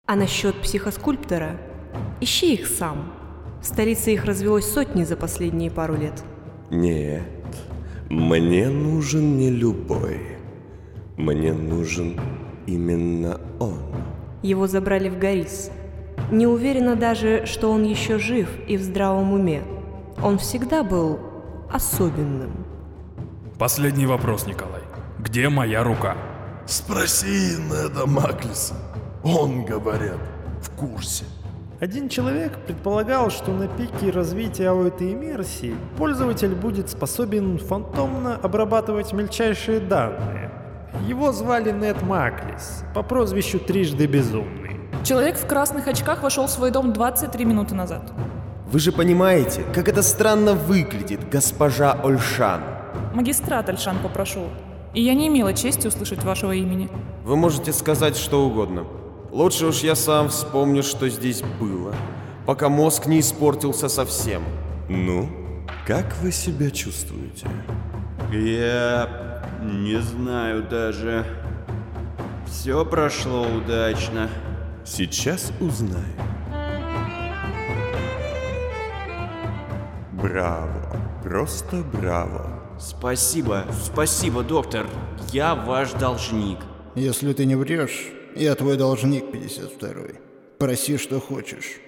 А насчет психоскульптора? Ищи их сам. В столице их развелось сотни за последние пару лет. Нет, мне нужен не любой. Мне нужен именно он. Его забрали в Горис. Не уверена даже, что он еще жив и в здравом уме. Он всегда был особенным. Последний вопрос, Николай. Где моя рука? Спроси Неда Маклиса. Он, говорят, в курсе. Один человек предполагал, что на пике развития аутоиммерсии пользователь будет способен фантомно обрабатывать мельчайшие данные. Его звали Нед Маклис, по прозвищу Трижды Безумный. Человек в красных очках вошел в свой дом 23 минуты назад. Вы же понимаете, как это странно выглядит, госпожа Ольшан. Магистрат Ольшан попрошу. И я не имела чести услышать вашего имени. Вы можете сказать что угодно. Лучше уж я сам вспомню, что здесь было, пока мозг не испортился совсем. Ну, как вы себя чувствуете? Я не знаю даже. Все прошло удачно. Сейчас узнаем. Браво, просто браво. Спасибо, доктор. Я ваш должник. Если ты не врешь, я твой должник 52-й. Проси, что хочешь.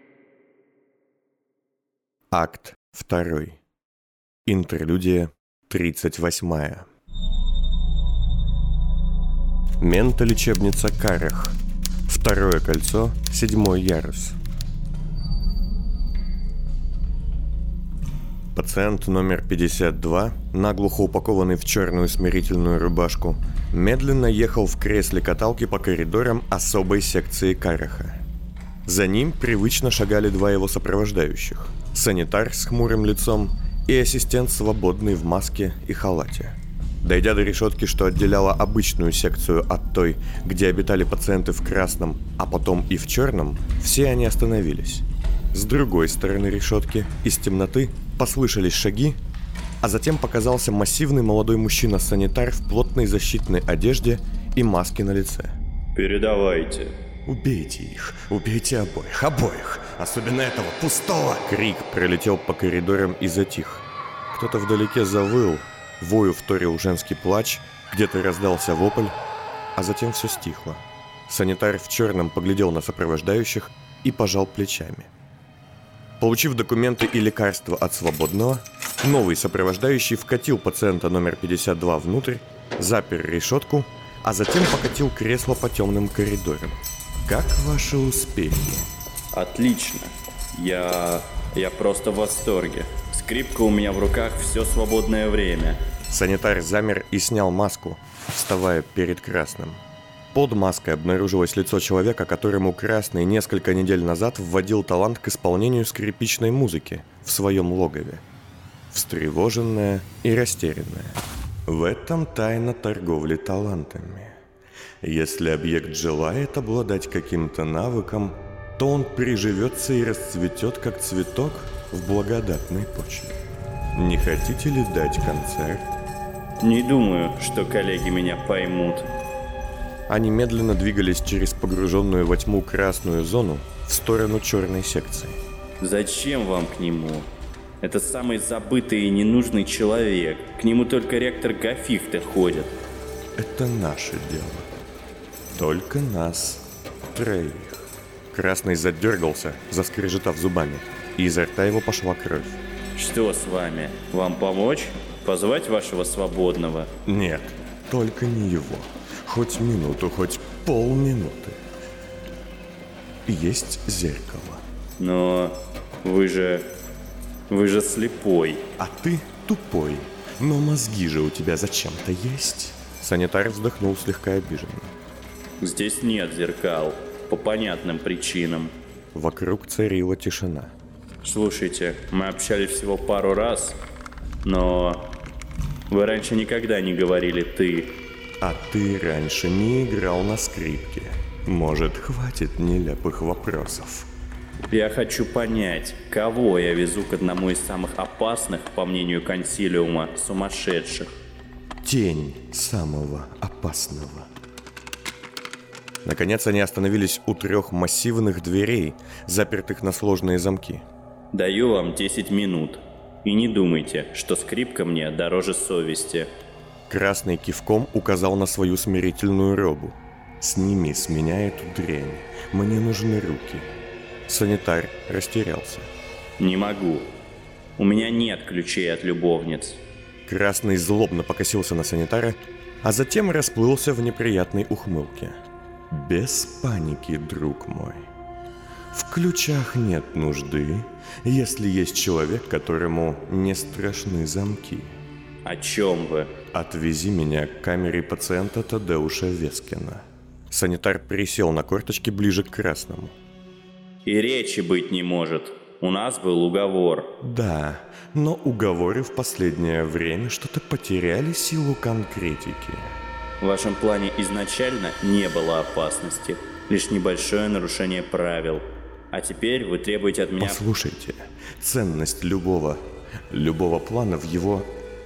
Акт 2. Интерлюдия 38. Ментолечебница Карах. Второе кольцо, 7-й ярус. Пациент номер 52, наглухо упакованный в черную смирительную рубашку, медленно ехал в кресле каталки по коридорам особой секции Караха. За ним привычно шагали два его сопровождающих – санитар с хмурым лицом и ассистент свободный в маске и халате. Дойдя до решетки, что отделяла обычную секцию от той, где обитали пациенты в красном, а потом и в черном, все они остановились. С другой стороны решетки, из темноты, послышались шаги, а затем показался массивный молодой мужчина-санитар в плотной защитной одежде и маске на лице. Передавайте. «Убейте их! Убейте обоих! Обоих! Особенно этого пустого!» Крик пролетел по коридорам и затих. Кто-то вдалеке завыл, вою вторил женский плач, где-то раздался вопль, а затем все стихло. Санитар в черном поглядел на сопровождающих и пожал плечами. Получив документы и лекарства от свободного, новый сопровождающий вкатил пациента номер 52 внутрь, запер решетку, а затем покатил кресло по темным коридорам. Как ваши успехи? Отлично. Я просто в восторге. Скрипка у меня в руках все свободное время. Санитар замер и снял маску, вставая перед красным. Под маской обнаружилось лицо человека, которому Красный несколько недель назад вводил талант к исполнению скрипичной музыки в своем логове. Встревоженное и растерянное. В этом тайна торговли талантами. Если объект желает обладать каким-то навыком, то он приживется и расцветет, как цветок в благодатной почве. Не хотите ли дать концерт? Не думаю, что коллеги меня поймут. Они медленно двигались через погруженную во тьму красную зону в сторону черной секции. Зачем вам к нему? Это самый забытый и ненужный человек. К нему только ректор Гафихта ходит. Это наше дело. Только нас троих. Красный задергался, заскрежетав зубами, и изо рта его пошла кровь. Что с вами? Вам помочь? Позвать вашего свободного? Нет, только не его. Хоть минуту, хоть полминуты. Есть зеркало. Но вы же слепой. А ты тупой. Но мозги же у тебя зачем-то есть. Санитар вздохнул слегка обиженно. Здесь нет зеркал. По понятным причинам. Вокруг царила тишина. Слушайте, мы общались всего пару раз, но вы раньше никогда не говорили «ты». А ты раньше не играл на скрипке. Может, хватит нелепых вопросов? Я хочу понять, кого я везу к одному из самых опасных, по мнению консилиума, сумасшедших. Тень самого опасного. Наконец они остановились у 3 массивных дверей, запертых на сложные замки. Даю вам 10 минут. И не думайте, что скрипка мне дороже совести. Красный кивком указал на свою смирительную робу. «Сними с меня эту дрянь. Мне нужны руки». Санитар растерялся. Не могу. У меня нет ключей от любовниц. Красный злобно покосился на санитара, а затем расплылся в неприятной ухмылке. «Без паники, друг мой. В ключах нет нужды, если есть человек, которому не страшны замки. О чем вы? Отвези меня к камере пациента Тадеуша Вескина». Санитар присел на корточки ближе к Красному. И речи быть не может. У нас был уговор. Да, но уговоры в последнее время что-то потеряли силу конкретики. В вашем плане изначально не было опасности. Лишь небольшое нарушение правил. А теперь вы требуете от меня... Послушайте, ценность любого плана в его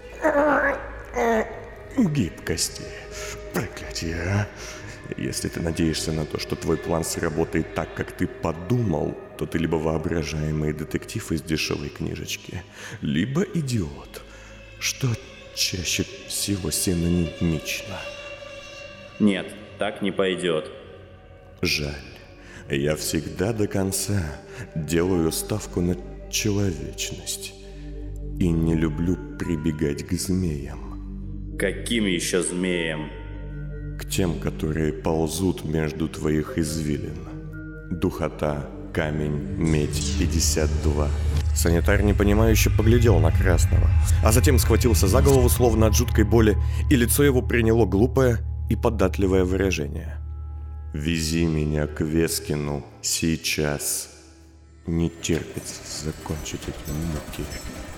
гибкости. Проклятие, а? Если ты надеешься на то, что твой план сработает так, как ты подумал, то ты либо воображаемый детектив из дешевой книжечки, либо идиот, что чаще всего синонимично. Нет, так не пойдет. Жаль. Я всегда до конца делаю ставку на человечность и не люблю прибегать к змеям. Каким еще змеям? К тем, которые ползут между твоих извилин. Духота, камень, медь, 52. Санитар непонимающе поглядел на Красного, а затем схватился за голову, словно от жуткой боли, и лицо его приняло глупое и податливое выражение. «Вези меня к Вескину сейчас. Не терпится закончить эти муки».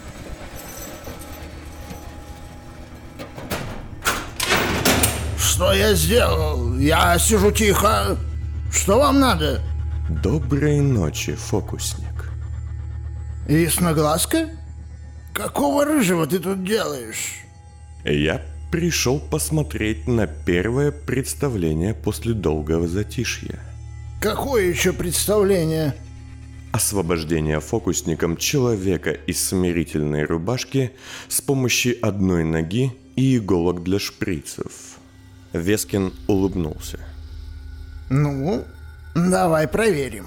Что я сделал? Я сижу тихо. Что вам надо? Доброй ночи, фокусник. Ясноглазка? Какого рыжего ты тут делаешь? Я пришел посмотреть на первое представление после долгого затишья. Какое еще представление? Освобождение фокусником человека из смирительной рубашки с помощью одной ноги и иголок для шприцев. Вескин улыбнулся. Ну, давай проверим.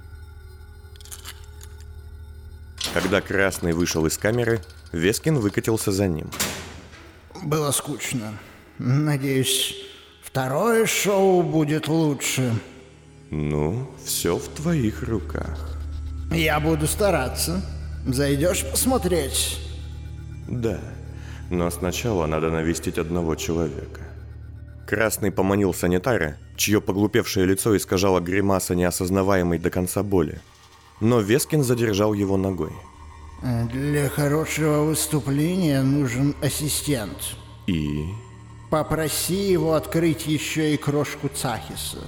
Когда Красный вышел из камеры, Вескин выкатился за ним. Было скучно. Надеюсь, второе шоу будет лучше. Ну, все в твоих руках. Я буду стараться. Зайдешь посмотреть? Да, но сначала надо навестить одного человека. Красный поманил санитара, чье поглупевшее лицо искажало гримаса неосознаваемой до конца боли. Но Вескин задержал его ногой. Для хорошего выступления нужен ассистент. И? Попроси его открыть еще и крошку Цахиса.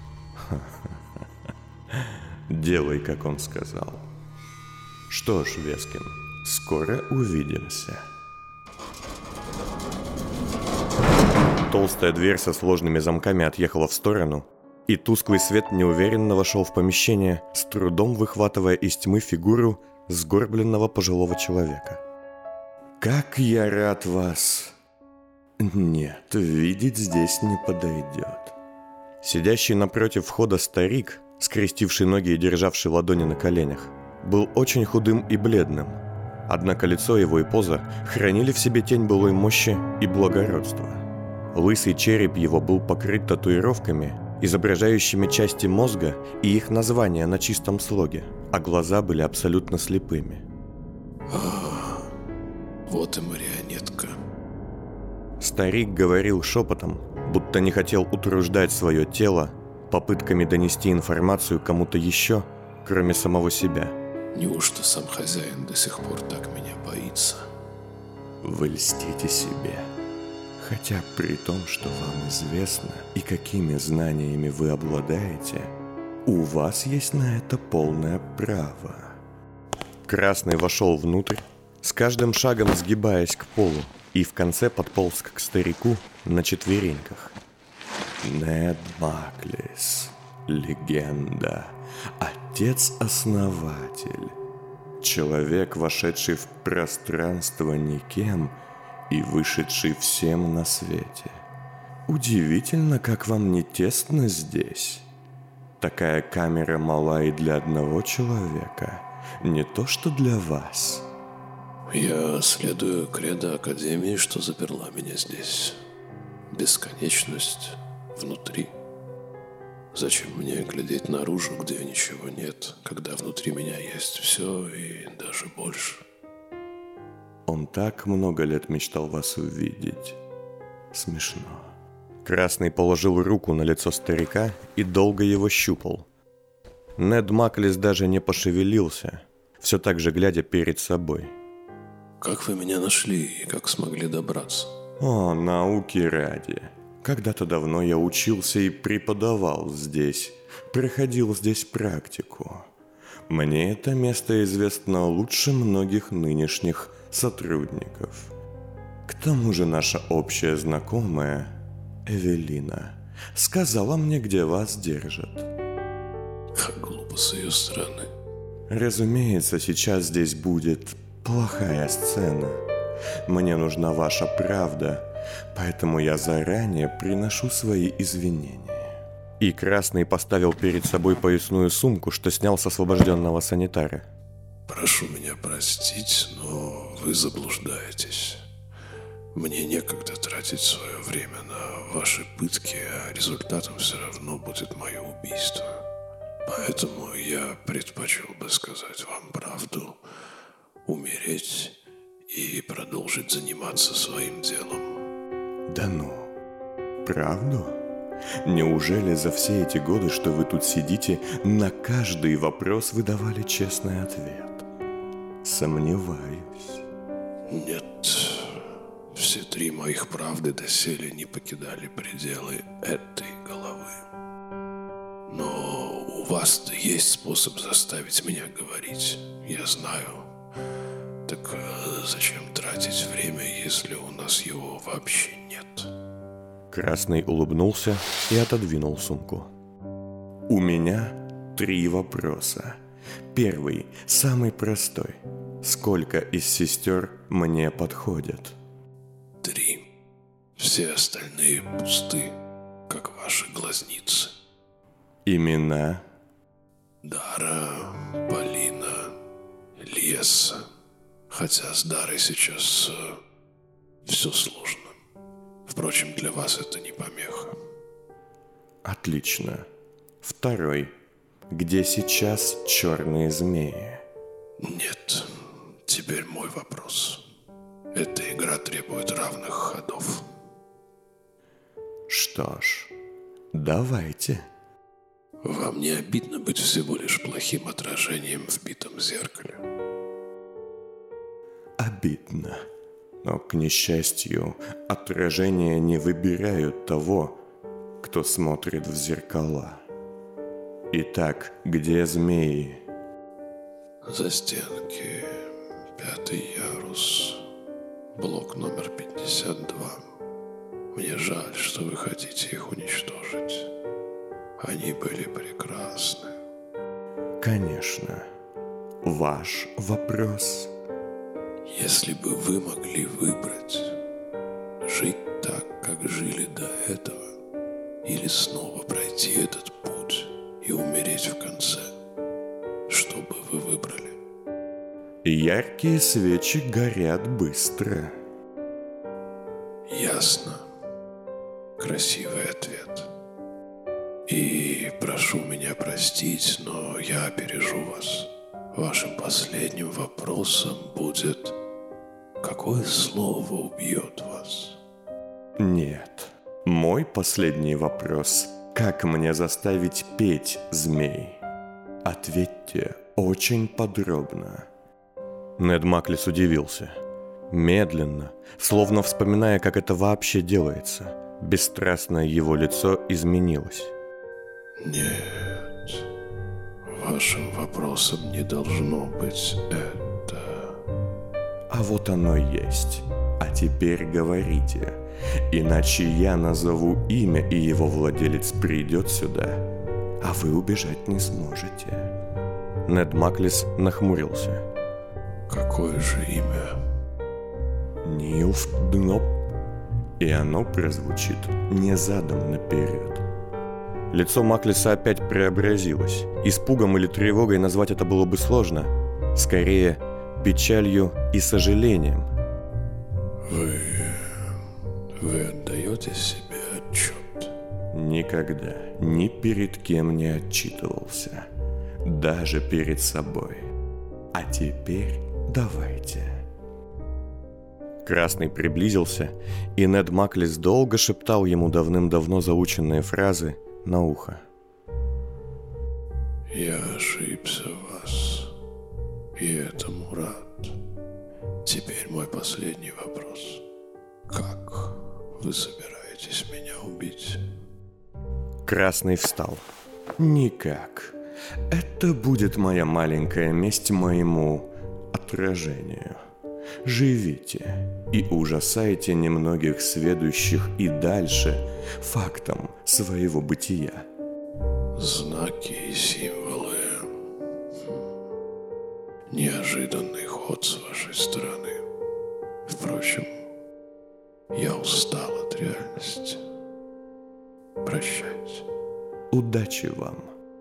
Делай, как он сказал. Что ж, Вескин, скоро увидимся. Толстая дверь со сложными замками отъехала в сторону, и тусклый свет неуверенно вошел в помещение, с трудом выхватывая из тьмы фигуру сгорбленного пожилого человека. «Как я рад вас!» «Нет, видеть здесь не подойдет». Сидящий напротив входа старик, скрестивший ноги и державший ладони на коленях, был очень худым и бледным. Однако лицо его и поза хранили в себе тень былой мощи и благородства. Лысый череп его был покрыт татуировками, изображающими части мозга и их названия на чистом слоге, а глаза были абсолютно слепыми. Вот и марионетка. Старик говорил шепотом, будто не хотел утруждать свое тело попытками донести информацию кому-то еще, кроме самого себя. Неужто сам хозяин до сих пор так меня боится? Вы льстите себе. Хотя при том, что вам известно и какими знаниями вы обладаете, у вас есть на это полное право. Красный вошел внутрь, с каждым шагом сгибаясь к полу, и в конце подполз к старику на четвереньках. Нед Маклис. Легенда. Отец-основатель. Человек, вошедший в пространство никем и вышедший всем на свете. Удивительно, как вам не тесно здесь. Такая камера мала и для одного человека, не то что для вас. Я следую кредо Академии, что заперла меня здесь. Бесконечность внутри. Зачем мне глядеть наружу, где ничего нет, когда внутри меня есть все и даже больше? Он так много лет мечтал вас увидеть. Смешно. Красный положил руку на лицо старика и долго его щупал. Нед Маклис даже не пошевелился, все так же глядя перед собой. Как вы меня нашли и как смогли добраться? О, науки ради. Когда-то давно я учился и преподавал здесь, проходил здесь практику. Мне это место известно лучше многих нынешних сотрудников. К тому же наша общая знакомая, Эвелина, сказала мне, где вас держат. Как глупо с ее стороны. Разумеется, сейчас здесь будет плохая сцена. Мне нужна ваша правда, поэтому я заранее приношу свои извинения. И Красный поставил перед собой поясную сумку, что снял с освобожденного санитара. Прошу меня простить, но вы заблуждаетесь. Мне некогда тратить свое время на ваши пытки, а результатом все равно будет мое убийство. Поэтому я предпочел бы сказать вам правду, умереть и продолжить заниматься своим делом. Да ну, правду? Неужели за все эти годы, что вы тут сидите, на каждый вопрос вы давали честный ответ? Сомневаюсь. Нет, все 3 моих правды доселе не покидали пределы этой головы. Но у вас-то есть способ заставить меня говорить, я знаю. Так зачем тратить время, если у нас его вообще нет? Красный улыбнулся и отодвинул сумку. У меня 3 вопроса. Первый, самый простой. Сколько из сестер мне подходят? 3. Все остальные пусты, как ваши глазницы. Имена? Дара, Полина, Леса. Хотя с Дарой сейчас все сложно. Впрочем, для вас это не помеха. Отлично. Второй. Где сейчас черные змеи? Нет. Теперь мой вопрос. Эта игра требует равных ходов. Что ж, давайте. Вам не обидно быть всего лишь плохим отражением в битом зеркале? Обидно. Но, к несчастью, отражения не выбирают того, кто смотрит в зеркала. Итак, где змеи? Застенки, 5-й ярус, блок номер 52. Мне жаль, что вы хотите их уничтожить. Они были прекрасны. Конечно. Ваш вопрос? Если бы вы могли выбрать, жить так, как жили до этого, или снова пройти этот путь и умереть в конце, что бы вы выбрали? Яркие свечи горят быстро. Ясно. Красивый ответ. И прошу меня простить, но я опережу вас. Вашим последним вопросом будет: какое слово убьет вас? Нет. Мой последний вопрос: как мне заставить петь змей? Ответьте очень подробно. Нед Маклис удивился. Медленно, словно вспоминая, как это вообще делается, бесстрастное его лицо изменилось. Нет, вашим вопросом не должно быть это. А вот оно есть. А теперь говорите, иначе я назову имя, и его владелец придет сюда, а вы убежать не сможете. Нед Маклис нахмурился. Какое же имя? Нилф Дноп. И оно прозвучит не задом наперед. Лицо Маклиса опять преобразилось. Испугом или тревогой назвать это было бы сложно. Скорее, печалью и сожалением. Вы отдаете себе отчет? Никогда ни перед кем не отчитывался. Даже перед собой. А теперь давайте. Красный приблизился, и Нед Маклис долго шептал ему давным-давно заученные фразы на ухо. Я ошибся в вас, и этому рад. Теперь мой последний вопрос. Как вы собираетесь меня убить? Красный встал. Никак. Это будет моя маленькая месть моему отражению. Живите и ужасайте немногих сведущих и дальше фактом своего бытия. Знаки и символы. Неожиданный ход с вашей стороны. Впрочем, я устал от реальности. Прощайте. Удачи вам.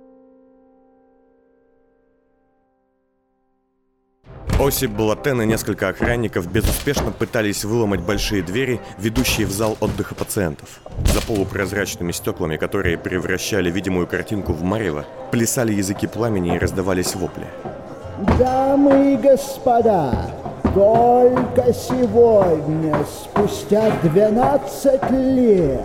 Осип Блатен и несколько охранников безуспешно пытались выломать большие двери, ведущие в зал отдыха пациентов. За полупрозрачными стеклами, которые превращали видимую картинку в марево, плясали языки пламени и раздавались вопли. Дамы и господа, только сегодня, спустя 12 лет,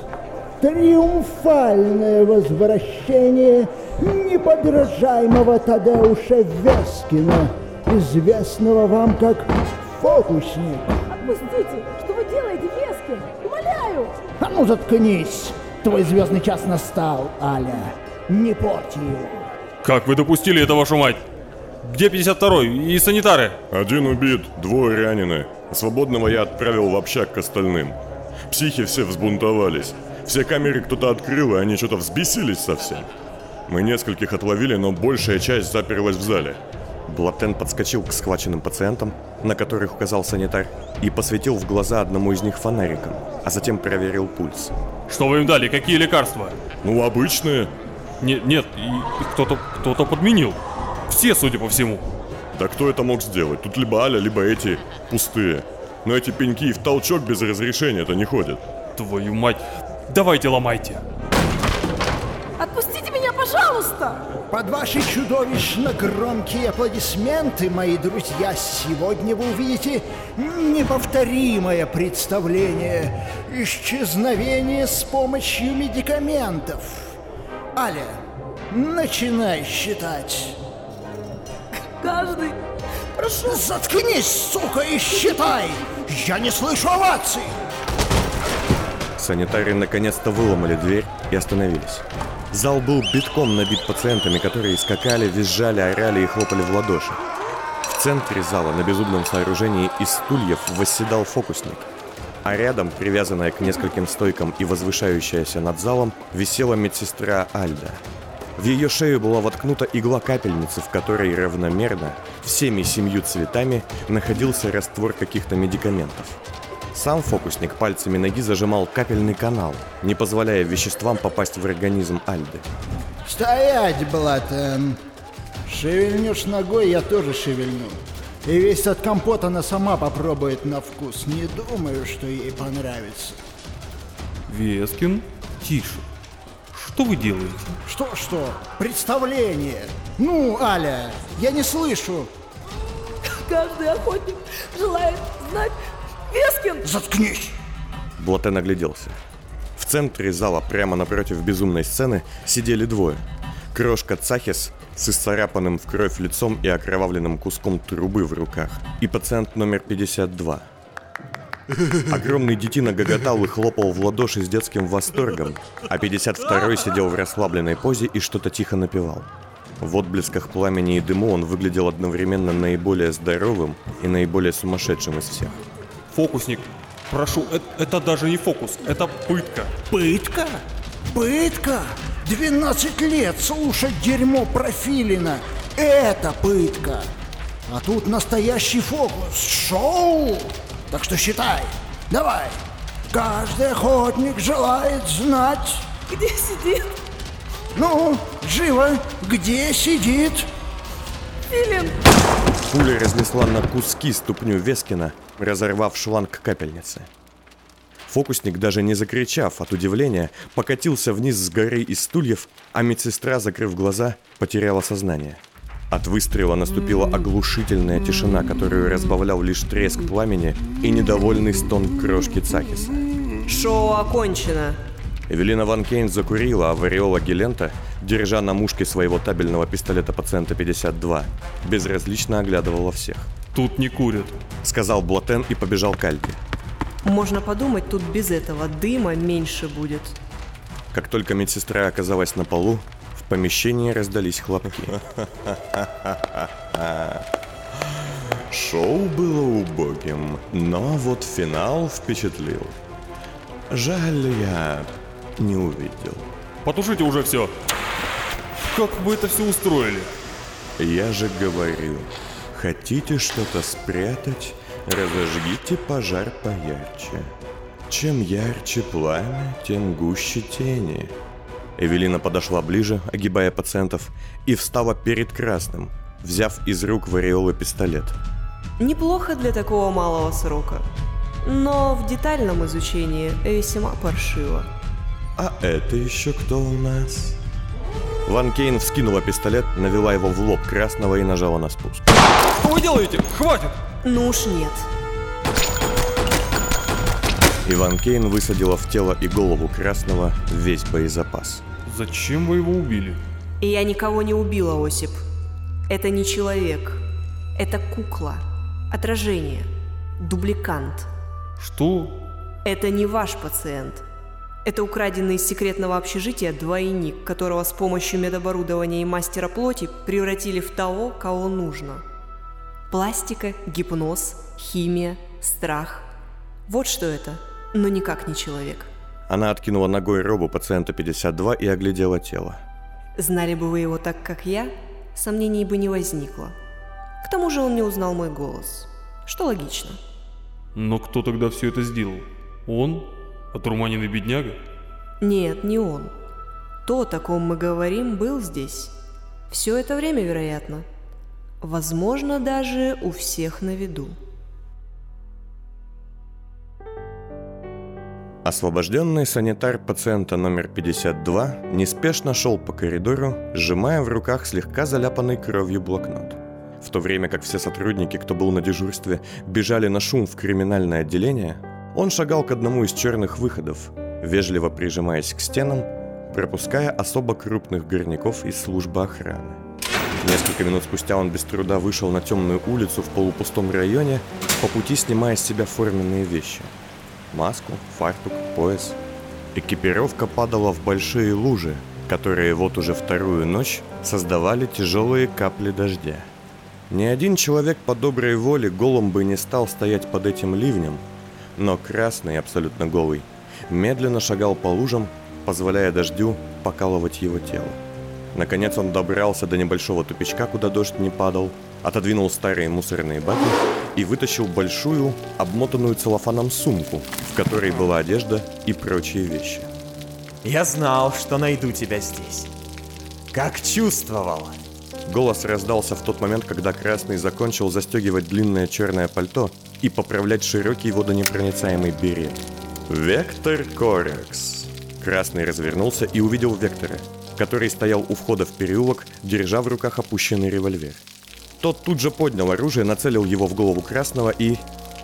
триумфальное возвращение неподражаемого Тадеуша Вескина, известного вам как фокусник. Отпустите! Что вы делаете, Вескин? Умоляю! А ну заткнись! Твой звездный час настал, Аля. Не порти его. Как вы допустили это, вашу мать? Где 52-й и санитары? Один убит, двое ранены. Свободного я отправил в общак к остальным. Психи все взбунтовались. Все камеры кто-то открыл, и они что-то взбесились совсем. Мы нескольких отловили, но большая часть заперлась в зале. Блатен подскочил к схваченным пациентам, на которых указал санитар, и посветил в глаза одному из них фонариком, а затем проверил пульс. Что вы им дали? Какие лекарства? Ну, обычные. Нет, и кто-то подменил. Все, судя по всему. Да кто это мог сделать? Тут либо Аля, либо эти пустые. Но эти пеньки и в толчок без разрешения-то не ходят. Твою мать. Давайте ломайте. Отпустите меня, пожалуйста! Под ваши чудовищно громкие аплодисменты, мои друзья, сегодня вы увидите неповторимое представление. Исчезновение с помощью медикаментов. Аля, начинай считать. Каждый. Прошу. Заткнись, сука, и считай! Я не слышу оваций! Санитары наконец-то выломали дверь и остановились. Зал был битком набит пациентами, которые скакали, визжали, орали и хлопали в ладоши. В центре зала на безумном сооружении из стульев восседал фокусник. А рядом, привязанная к нескольким стойкам и возвышающаяся над залом, висела медсестра Альда. В ее шею была воткнута игла капельницы, в которой равномерно, всеми 7 цветами, находился раствор каких-то медикаментов. Сам фокусник пальцами ноги зажимал капельный канал, не позволяя веществам попасть в организм Альды. Стоять, Блатен! Шевельнешь ногой, я тоже шевельну. И весь этот компот она сама попробует на вкус. Не думаю, что ей понравится. Вескин, тише. Что вы делаете? Что? Представление! Ну, Аля, я не слышу! Каждый охотник желает знать... Вескин! Заткнись! Блатен огляделся. В центре зала, прямо напротив безумной сцены, сидели двое. Крошка Цахис с исцарапанным в кровь лицом и окровавленным куском трубы в руках, и пациент номер 52. Огромный детина гоготал и хлопал в ладоши с детским восторгом, а 52-й сидел в расслабленной позе и что-то тихо напевал. В отблесках пламени и дыму он выглядел одновременно наиболее здоровым и наиболее сумасшедшим из всех. Фокусник, прошу, это даже не фокус, это пытка. Пытка? Пытка? 12 лет слушать дерьмо про Филина. Это пытка. А тут настоящий фокус. Шоу. Так что считай. Давай. Каждый охотник желает знать... Где сидит? Ну, живо. Где сидит? Филин! Пуля разнесла на куски ступню Вескина, разорвав шланг капельницы. Фокусник, даже не закричав от удивления, покатился вниз с горы из стульев, а медсестра, закрыв глаза, потеряла сознание. От выстрела наступила оглушительная тишина, которую разбавлял лишь треск пламени и недовольный стон крошки Цахиса. Шоу окончено. Эвелина Ван Кейн закурила, а Вариола Гелента, держа на мушке своего табельного пистолета пациента 52, безразлично оглядывала всех. Тут не курят, сказал Блотен и побежал к Альбе. Можно подумать, тут без этого дыма меньше будет. Как только медсестра оказалась на полу, в помещении раздались хлопки. Шоу было убогим, но вот финал впечатлил. Жаль, я не увидел. Потушите уже все. Как вы это все устроили? Я же говорю, хотите что-то спрятать, разожгите пожар поярче. Чем ярче пламя, тем гуще тени. Эвелина подошла ближе, огибая пациентов, и встала перед Красным, взяв из рук Вариолы пистолет. Неплохо для такого малого срока, но в детальном изучении весьма паршиво. А это еще кто у нас? Ван Кейн вскинула пистолет, навела его в лоб Красного и нажала на спуск. Что вы делаете? Хватит! Ну уж нет. И Ван Кейн высадила в тело и голову Красного весь боезапас. Зачем вы его убили? Я никого не убила, Осип. Это не человек. Это кукла. Отражение. Дубликант. Что? Это не ваш пациент. Это украденный из секретного общежития двойник, которого с помощью медоборудования и мастера плоти превратили в того, кого нужно. Пластика, гипноз, химия, страх. Вот что это, но никак не человек. Она откинула ногой робу пациента 52 и оглядела тело. Знали бы вы его так, как я, сомнений бы не возникло. К тому же он не узнал мой голос, что логично. Но кто тогда все это сделал? Он? Отруманенный бедняга? Нет, не он. То, о ком мы говорим, был здесь. Все это время, вероятно. Возможно, даже у всех на виду. Освобожденный санитар пациента номер 52 неспешно шел по коридору, сжимая в руках слегка заляпанный кровью блокнот. В то время как все сотрудники, кто был на дежурстве, бежали на шум в криминальное отделение, он шагал к одному из черных выходов, вежливо прижимаясь к стенам, пропуская особо крупных горняков из службы охраны. Несколько минут спустя он без труда вышел на темную улицу в полупустом районе, по пути снимая с себя форменные вещи. Маску, фартук, пояс. Экипировка падала в большие лужи, которые вот уже вторую ночь создавали тяжелые капли дождя. Ни один человек по доброй воле голым бы не стал стоять под этим ливнем, но Красный, абсолютно голый, медленно шагал по лужам, позволяя дождю покалывать его тело. Наконец он добрался до небольшого тупичка, куда дождь не падал, отодвинул старые мусорные баки и вытащил большую, обмотанную целлофаном сумку, в которой была одежда и прочие вещи. Я знал, что найду тебя здесь. Как чувствовал. Голос раздался в тот момент, когда Красный закончил застегивать длинное черное пальто и поправлять широкий водонепроницаемый берет. «Вектор Корекс!» Красный развернулся и увидел Вектора, который стоял у входа в переулок, держа в руках опущенный револьвер. Тот тут же поднял оружие, нацелил его в голову Красного и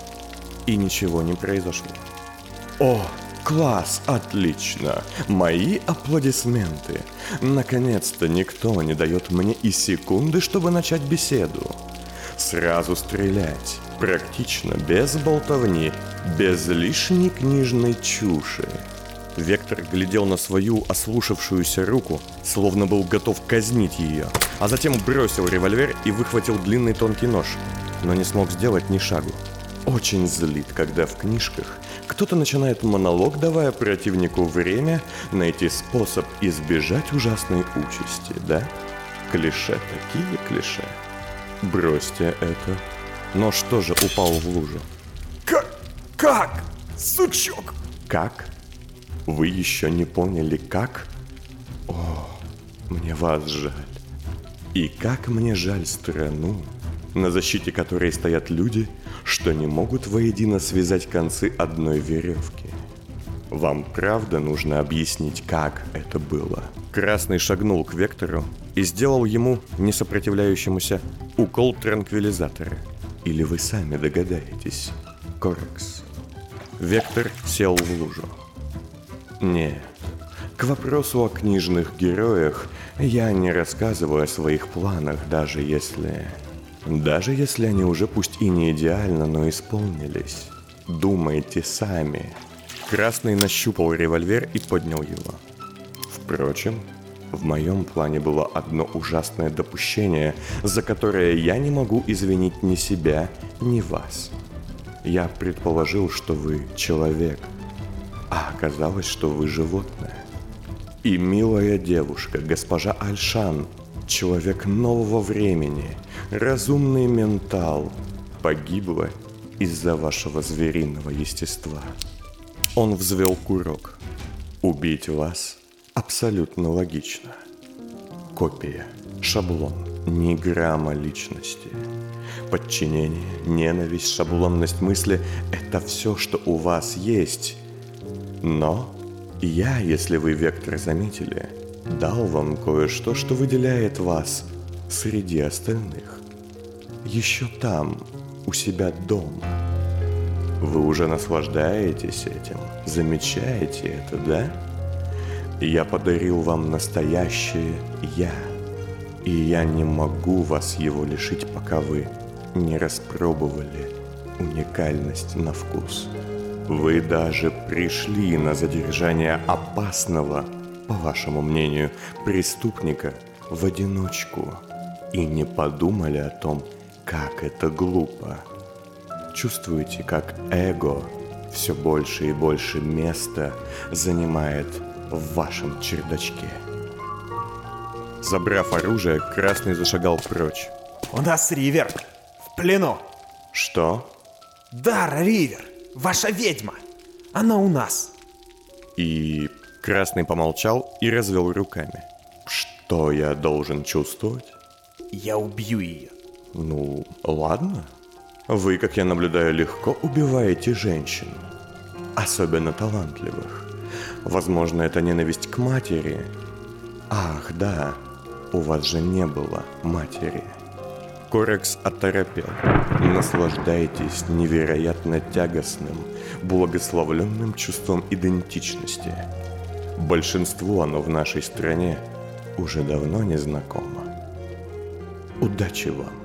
ничего не произошло. «О, класс, отлично! Мои аплодисменты! Наконец-то никто не дает мне и секунды, чтобы начать беседу. Сразу стрелять, практично, без болтовни, без лишней книжной чуши». Вектор глядел на свою ослушавшуюся руку, словно был готов казнить ее, а затем бросил револьвер и выхватил длинный тонкий нож, но не смог сделать ни шагу. очень злит, когда в книжках кто-то начинает монолог, давая противнику время найти способ избежать ужасной участи, да? Клише, такие клише. Бросьте это. Но что же упал в лужу? Как? Сучок! Как? Вы еще не поняли, как? О, мне вас жаль. И как мне жаль страну, на защите которой стоят люди, что не могут воедино связать концы одной веревки. Вам правда нужно объяснить, как это было? Красный шагнул к Вектору и сделал ему, не сопротивляющемуся, укол транквилизатора. Или вы сами догадаетесь, Корекс? Вектор сел в лужу. Нет, к вопросу о книжных героях я не рассказываю о своих планах, даже если они уже пусть и не идеально, но исполнились. Думайте сами. Красный нащупал револьвер и поднял его. Впрочем, в моем плане было одно ужасное допущение, за которое я не могу извинить ни себя, ни вас. Я предположил, что вы человек, а оказалось, что вы животное. И милая девушка, госпожа Альшан, человек нового времени, разумный ментал, погибла из-за вашего звериного естества. Он взвел курок. Убить вас абсолютно логично. Копия, шаблон, ни грамма личности. Подчинение, ненависть, шаблонность мысли – это все, что у вас есть. Но я, если вы, Вектор, заметили, дал вам кое-что, что выделяет вас среди остальных. Еще там, у себя дома. Вы уже наслаждаетесь этим, замечаете это, да? Я подарил вам настоящее «я», и я не могу вас его лишить, пока вы не распробовали уникальность на вкус. Вы даже пришли на задержание опасного, по вашему мнению, преступника в одиночку и не подумали о том, как это глупо. Чувствуете, как эго все больше и больше места занимает в вашем чердачке? Забрав оружие, Красный зашагал прочь. У нас Ривер в плену. Что? Да, Ривер, ваша ведьма. Она у нас. И Красный помолчал и развел руками. Что я должен чувствовать? Я убью ее. Ну, ладно. Вы, как я наблюдаю, легко убиваете женщин. Особенно талантливых. Возможно, это ненависть к матери. Ах, да, у вас же не было матери. Корекс оторопел. Наслаждайтесь невероятно тягостным, благословленным чувством идентичности. Большинству оно в нашей стране уже давно не знакомо. Удачи вам!